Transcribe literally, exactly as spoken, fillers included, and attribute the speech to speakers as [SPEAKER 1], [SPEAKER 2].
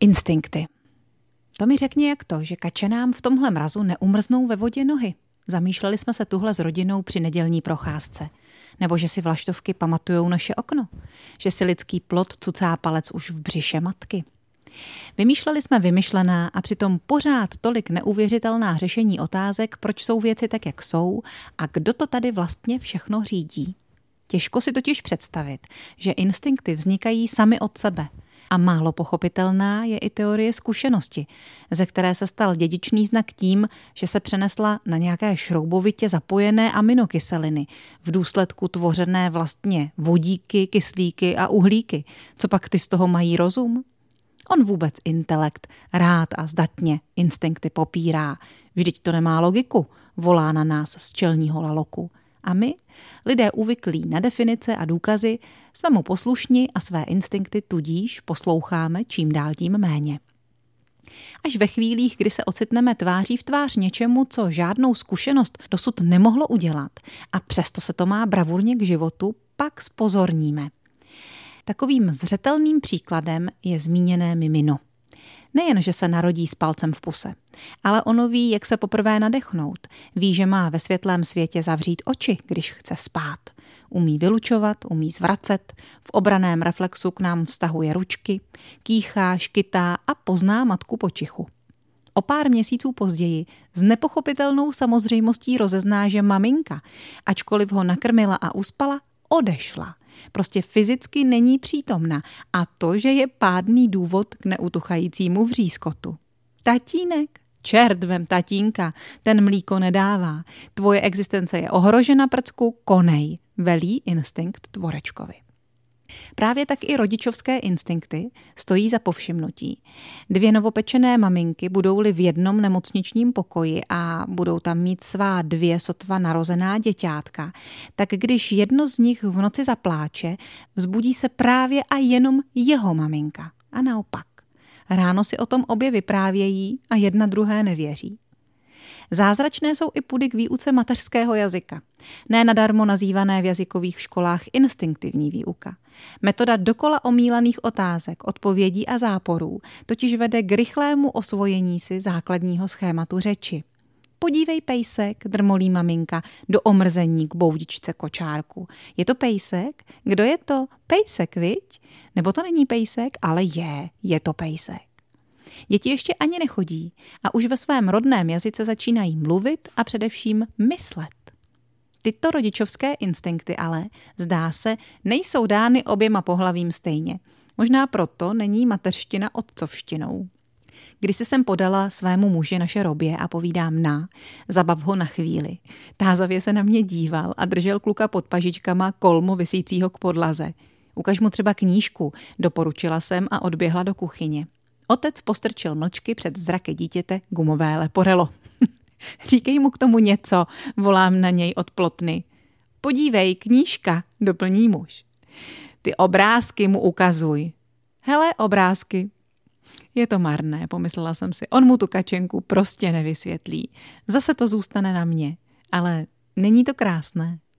[SPEAKER 1] Instinkty. To mi řekni jak to, že kače nám v tomhle mrazu neumrznou ve vodě nohy. Zamýšleli jsme se tuhle s rodinou při nedělní procházce. Nebo že si vlaštovky pamatujou naše okno. Že si lidský plod cucá palec už v břiše matky. Vymýšleli jsme vymyšlená a přitom pořád tolik neuvěřitelná řešení otázek, proč jsou věci tak, jak jsou a kdo to tady vlastně všechno řídí. Těžko si totiž představit, že instinkty vznikají sami od sebe. A málo pochopitelná je i teorie zkušenosti, ze které se stal dědičný znak tím, že se přenesla na nějaké šroubovitě zapojené aminokyseliny, v důsledku tvořené vlastně vodíky, kyslíky a uhlíky. Co pak ty z toho mají rozum? On vůbec intelekt rád a zdatně instinkty popírá. Vždyť to nemá logiku, volá na nás z čelního laloku. A my, lidé uvyklí na definice a důkazy, jsme mu poslušní a své instinkty tudíž posloucháme čím dál tím méně. Až ve chvílích, kdy se ocitneme tváří v tvář něčemu, co žádnou zkušenost dosud nemohlo udělat a přesto se to má bravurně k životu, pak zpozorníme. Takovým zřetelným příkladem je zmíněné mimino. Nejen, že se narodí s palcem v puse, ale ono ví, jak se poprvé nadechnout. Ví, že má ve světlém světě zavřít oči, když chce spát. Umí vylučovat, umí zvracet, v obraném reflexu k nám vztahuje ručky, kýchá, škytá a pozná matku po čichu. O pár měsíců později s nepochopitelnou samozřejmostí rozezná, že maminka, ačkoliv ho nakrmila a uspala, odešla. Prostě fyzicky není přítomna a to, že je pádný důvod k neutuchajícímu vřískotu. Tatínek, čert vem tatínka, ten mlíko nedává. Tvoje existence je ohrožena, prcku, konej, velí instinkt tvorečkovi. Právě tak i rodičovské instinkty stojí za povšimnutí. Dvě novopečené maminky budou-li v jednom nemocničním pokoji a budou tam mít svá dvě sotva narozená děťátka, tak když jedno z nich v noci zapláče, vzbudí se právě a jenom jeho maminka. A naopak. Ráno si o tom obě vyprávějí a jedna druhé nevěří. Zázračné jsou i pudy k výuce mateřského jazyka. Ne nadarmo nazývané v jazykových školách instinktivní výuka. Metoda dokola omílaných otázek, odpovědí a záporů totiž vede k rychlému osvojení si základního schématu řeči. Podívej, pejsek, drmolí maminka, do omrzení k boudičce kočárku. Je to pejsek? Kdo je to? Pejsek, viď? Nebo to není pejsek? Ale je, je to pejsek. Děti ještě ani nechodí a už ve svém rodném jazyce začínají mluvit a především myslet. Tyto rodičovské instinkty ale, zdá se, nejsou dány oběma pohlavím stejně. Možná proto není mateřština otcovštinou. Když se jsem podala svému muži naše robě a povídám na, zabav ho na chvíli. Tázavě se na mě díval a držel kluka pod pažičkama kolmo visícího k podlaze. Ukaž mu třeba knížku, doporučila jsem a odběhla do kuchyně. Otec postrčil mlčky před zraky dítěte gumové leporelo. Říkej mu k tomu něco, volám na něj od plotny. Podívej, knížka, doplní muž. Ty obrázky mu ukazuj. Hele, obrázky. Je to marné, pomyslela jsem si. On mu tu kačenku prostě nevysvětlí. Zase to zůstane na mě. Ale není to krásné?